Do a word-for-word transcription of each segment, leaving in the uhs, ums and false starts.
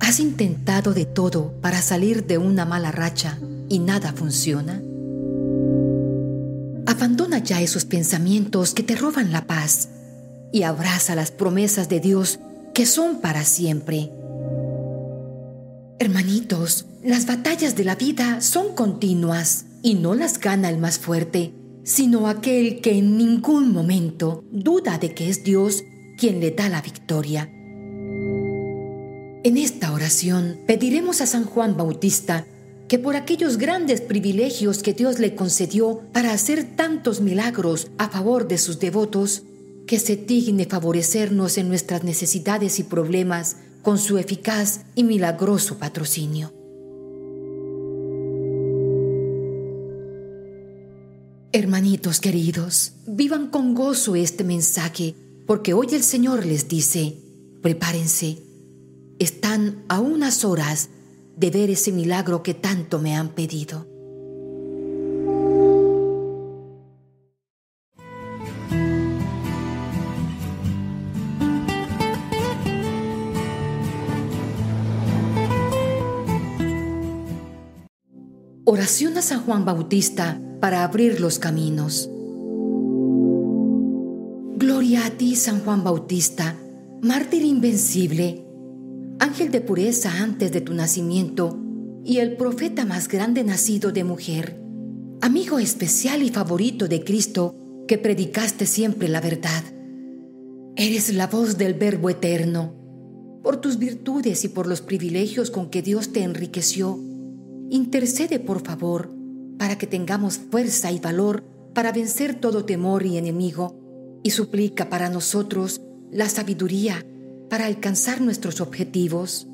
¿Has intentado de todo para salir de una mala racha y nada funciona? Abandona ya esos pensamientos que te roban la paz y abraza las promesas de Dios que son para siempre. Hermanitos, las batallas de la vida son continuas y no las gana el más fuerte, sino aquel que en ningún momento duda de que es Dios quien le da la victoria. En esta oración pediremos a San Juan Bautista que por aquellos grandes privilegios que Dios le concedió para hacer tantos milagros a favor de sus devotos, que se digne favorecernos en nuestras necesidades y problemas con su eficaz y milagroso patrocinio. Hermanitos queridos, vivan con gozo este mensaje, porque hoy el Señor les dice: prepárense, están a unas horas de ver ese milagro que tanto me han pedido. Oración a San Juan Bautista para abrir los caminos. Gloria a ti, San Juan Bautista, mártir invencible, ángel de pureza antes de tu nacimiento y el profeta más grande nacido de mujer, amigo especial y favorito de Cristo que predicaste siempre la verdad. Eres la voz del Verbo eterno. Por tus virtudes y por los privilegios con que Dios te enriqueció, intercede por favor para que tengamos fuerza y valor para vencer todo temor y enemigo, y suplica para nosotros la sabiduría para alcanzar nuestros objetivos.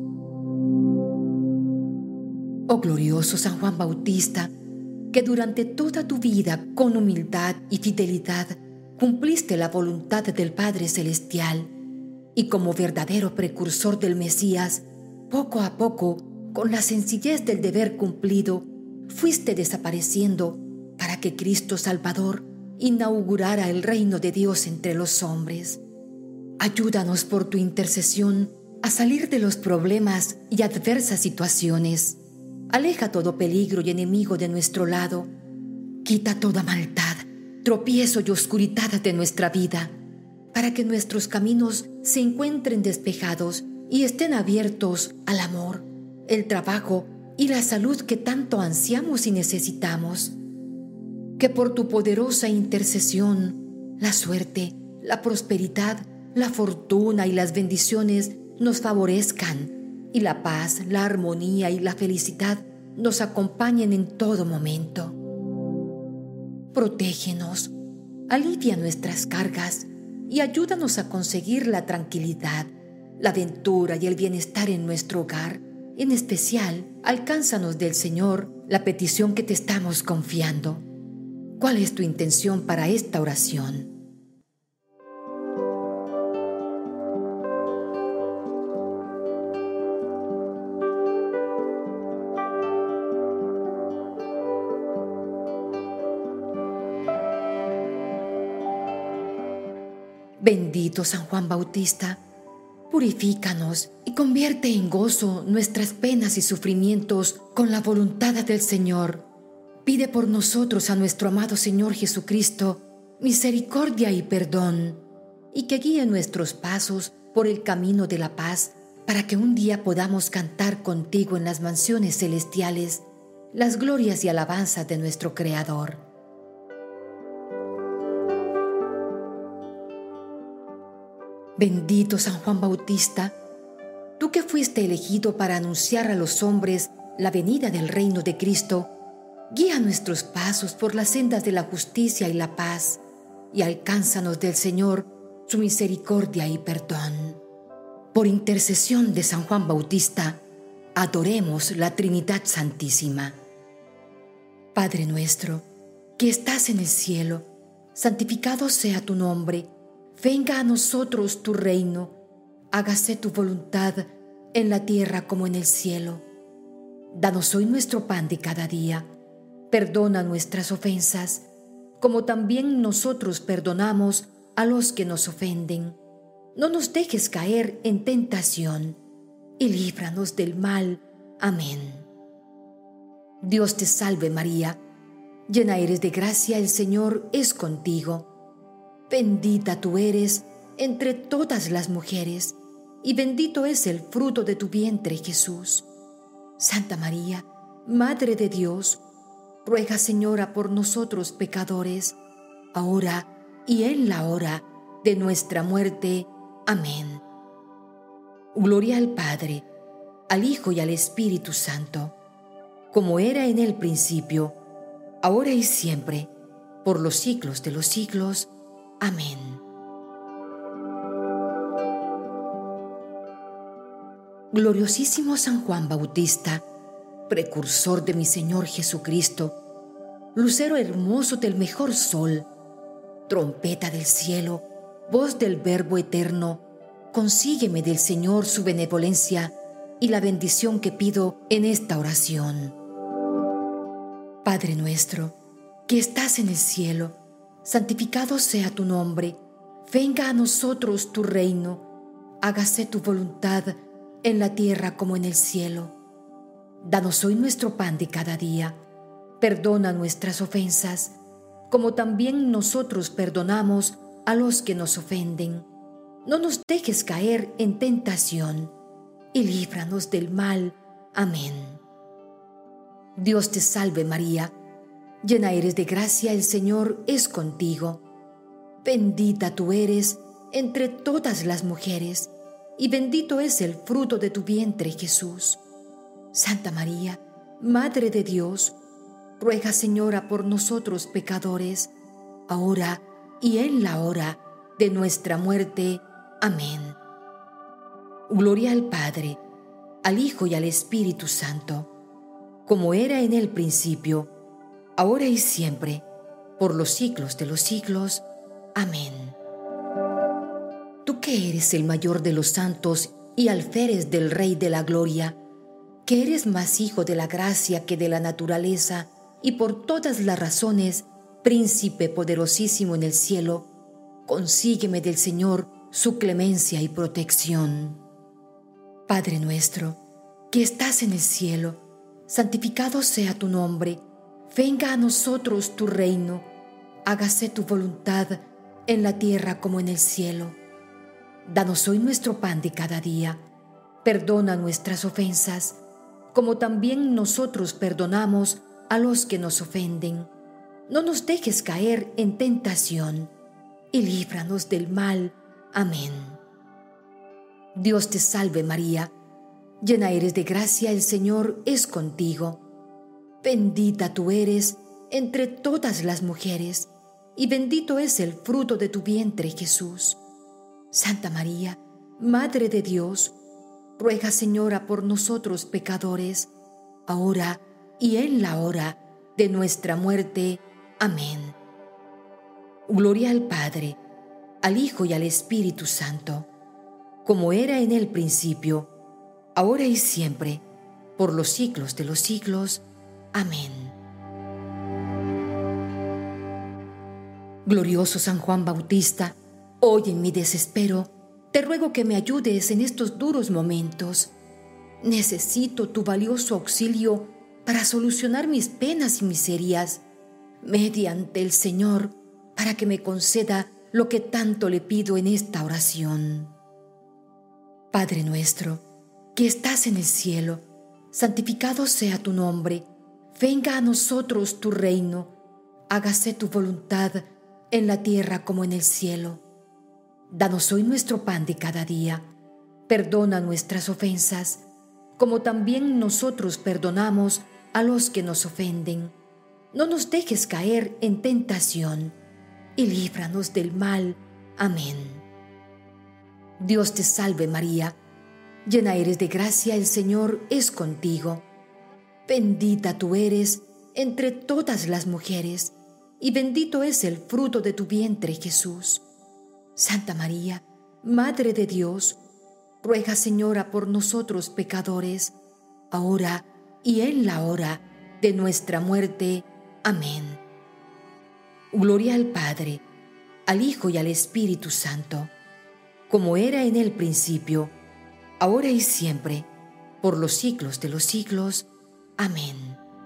Oh glorioso San Juan Bautista, que durante toda tu vida con humildad y fidelidad cumpliste la voluntad del Padre Celestial, y como verdadero precursor del Mesías, poco a poco, con la sencillez del deber cumplido, fuiste desapareciendo para que Cristo Salvador inaugurara el reino de Dios entre los hombres. Ayúdanos por tu intercesión a salir de los problemas y adversas situaciones. Aleja todo peligro y enemigo de nuestro lado. Quita toda maldad, tropiezo y oscuridad de nuestra vida, para que nuestros caminos se encuentren despejados y estén abiertos al amor, el trabajo y la salud que tanto ansiamos y necesitamos. Que por tu poderosa intercesión, la suerte, la prosperidad, la fortuna y las bendiciones nos favorezcan, y la paz, la armonía y la felicidad nos acompañen en todo momento. Protégenos, alivia nuestras cargas y ayúdanos a conseguir la tranquilidad, la ventura y el bienestar en nuestro hogar. En especial, alcánzanos del Señor la petición que te estamos confiando. ¿Cuál es tu intención para esta oración? Bendito San Juan Bautista, purifícanos y convierte en gozo nuestras penas y sufrimientos con la voluntad del Señor. Pide por nosotros a nuestro amado Señor Jesucristo misericordia y perdón, y que guíe nuestros pasos por el camino de la paz, para que un día podamos cantar contigo en las mansiones celestiales las glorias y alabanzas de nuestro Creador. Bendito San Juan Bautista, tú que fuiste elegido para anunciar a los hombres la venida del reino de Cristo, guía nuestros pasos por las sendas de la justicia y la paz, y alcánzanos del Señor su misericordia y perdón. Por intercesión de San Juan Bautista, adoremos la Trinidad Santísima. Padre nuestro, que estás en el cielo, santificado sea tu nombre. Venga a nosotros tu reino, hágase tu voluntad en la tierra como en el cielo. Danos hoy nuestro pan de cada día. Perdona nuestras ofensas, como también nosotros perdonamos a los que nos ofenden. No nos dejes caer en tentación y líbranos del mal. Amén. Dios te salve María, llena eres de gracia, el Señor es contigo. Bendita tú eres entre todas las mujeres, y bendito es el fruto de tu vientre, Jesús. Santa María, Madre de Dios, ruega, Señora, por nosotros pecadores, ahora y en la hora de nuestra muerte. Amén. Gloria al Padre, al Hijo y al Espíritu Santo, como era en el principio, ahora y siempre, por los siglos de los siglos. Amén. Gloriosísimo San Juan Bautista, precursor de mi Señor Jesucristo, lucero hermoso del mejor sol, trompeta del cielo, voz del Verbo eterno, consígueme del Señor su benevolencia y la bendición que pido en esta oración. Padre nuestro, que estás en el cielo, santificado sea tu nombre, venga a nosotros tu reino, hágase tu voluntad en la tierra como en el cielo. Danos hoy nuestro pan de cada día, perdona nuestras ofensas, como también nosotros perdonamos a los que nos ofenden. No nos dejes caer en tentación, y líbranos del mal. Amén. Dios te salve María, llena eres de gracia, el Señor es contigo. Bendita tú eres entre todas las mujeres, y bendito es el fruto de tu vientre, Jesús. Santa María, Madre de Dios, ruega, Señora, por nosotros pecadores, ahora y en la hora de nuestra muerte. Amén. Gloria al Padre, al Hijo y al Espíritu Santo, como era en el principio, ahora y siempre, por los siglos de los siglos. Amén. Tú que eres el mayor de los santos y alférez del Rey de la Gloria, que eres más hijo de la gracia que de la naturaleza, y por todas las razones, príncipe poderosísimo en el cielo, consígueme del Señor su clemencia y protección. Padre nuestro, que estás en el cielo, santificado sea tu nombre, venga a nosotros tu reino, hágase tu voluntad en la tierra como en el cielo. Danos hoy nuestro pan de cada día, perdona nuestras ofensas, como también nosotros perdonamos a los que nos ofenden. No nos dejes caer en tentación, y líbranos del mal. Amén. Dios te salve María, llena eres de gracia, el Señor es contigo. Bendita tú eres entre todas las mujeres, y bendito es el fruto de tu vientre, Jesús. Santa María, Madre de Dios, ruega, Señora, por nosotros pecadores, ahora y en la hora de nuestra muerte. Amén. Gloria al Padre, al Hijo y al Espíritu Santo, como era en el principio, ahora y siempre, por los siglos de los siglos. Amén. Glorioso San Juan Bautista, hoy en mi desespero, te ruego que me ayudes en estos duros momentos. Necesito tu valioso auxilio para solucionar mis penas y miserias, mediante el Señor, para que me conceda lo que tanto le pido en esta oración. Padre nuestro, que estás en el cielo, santificado sea tu nombre, venga a nosotros tu reino, hágase tu voluntad en la tierra como en el cielo. Danos hoy nuestro pan de cada día, perdona nuestras ofensas, como también nosotros perdonamos a los que nos ofenden. No nos dejes caer en tentación, y líbranos del mal. Amén. Dios te salve María, llena eres de gracia, el Señor es contigo. Bendita tú eres entre todas las mujeres, y bendito es el fruto de tu vientre, Jesús. Santa María, Madre de Dios, ruega, Señora, por nosotros pecadores, ahora y en la hora de nuestra muerte. Amén. Gloria al Padre, al Hijo y al Espíritu Santo, como era en el principio, ahora y siempre, por los siglos de los siglos. Amén.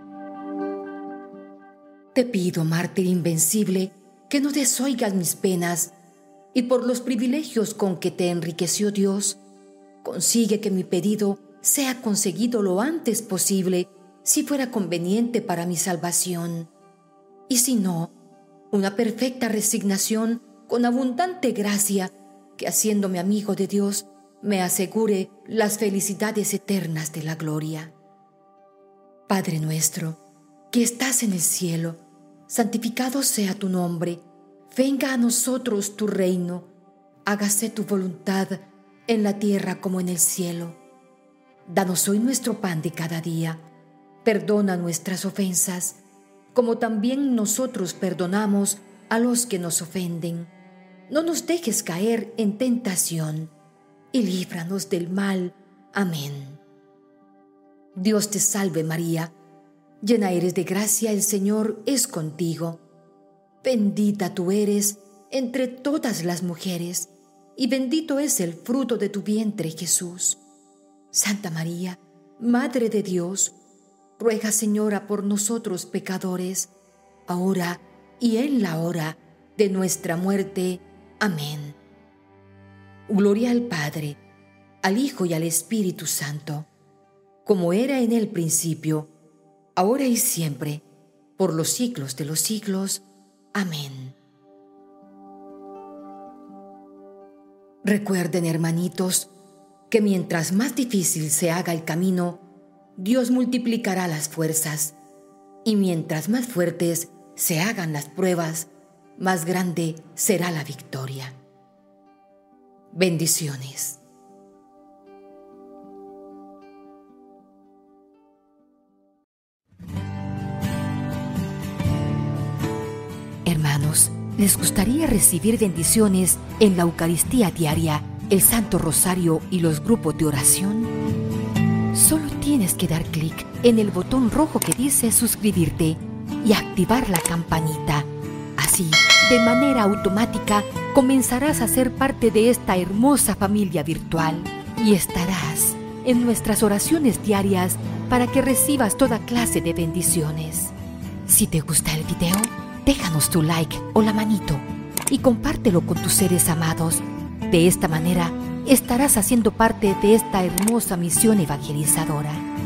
Te pido, mártir invencible, que no desoigas mis penas, y por los privilegios con que te enriqueció Dios, consigue que mi pedido sea conseguido lo antes posible, si fuera conveniente para mi salvación. Y si no, una perfecta resignación con abundante gracia, que haciéndome amigo de Dios, me asegure las felicidades eternas de la gloria. Padre nuestro, que estás en el cielo, santificado sea tu nombre. Venga a nosotros tu reino. Hágase tu voluntad en la tierra como en el cielo. Danos hoy nuestro pan de cada día. Perdona nuestras ofensas, como también nosotros perdonamos a los que nos ofenden. No nos dejes caer en tentación, y líbranos del mal. Amén. Dios te salve María, llena eres de gracia, el Señor es contigo. Bendita tú eres entre todas las mujeres, y bendito es el fruto de tu vientre, Jesús. Santa María, Madre de Dios, ruega, Señora, por nosotros pecadores, ahora y en la hora de nuestra muerte. Amén. Gloria al Padre, al Hijo y al Espíritu Santo, como era en el principio, ahora y siempre, por los siglos de los siglos. Amén. Recuerden, hermanitos, que mientras más difícil se haga el camino, Dios multiplicará las fuerzas, y mientras más fuertes se hagan las pruebas, más grande será la victoria. Bendiciones. Hermanos, ¿les gustaría recibir bendiciones en la Eucaristía diaria, el Santo Rosario y los grupos de oración? Solo tienes que dar clic en el botón rojo que dice suscribirte y activar la campanita. Así, de manera automática, comenzarás a ser parte de esta hermosa familia virtual y estarás en nuestras oraciones diarias para que recibas toda clase de bendiciones. Si te gusta el video, déjanos tu like o la manito y compártelo con tus seres amados. De esta manera, estarás haciendo parte de esta hermosa misión evangelizadora.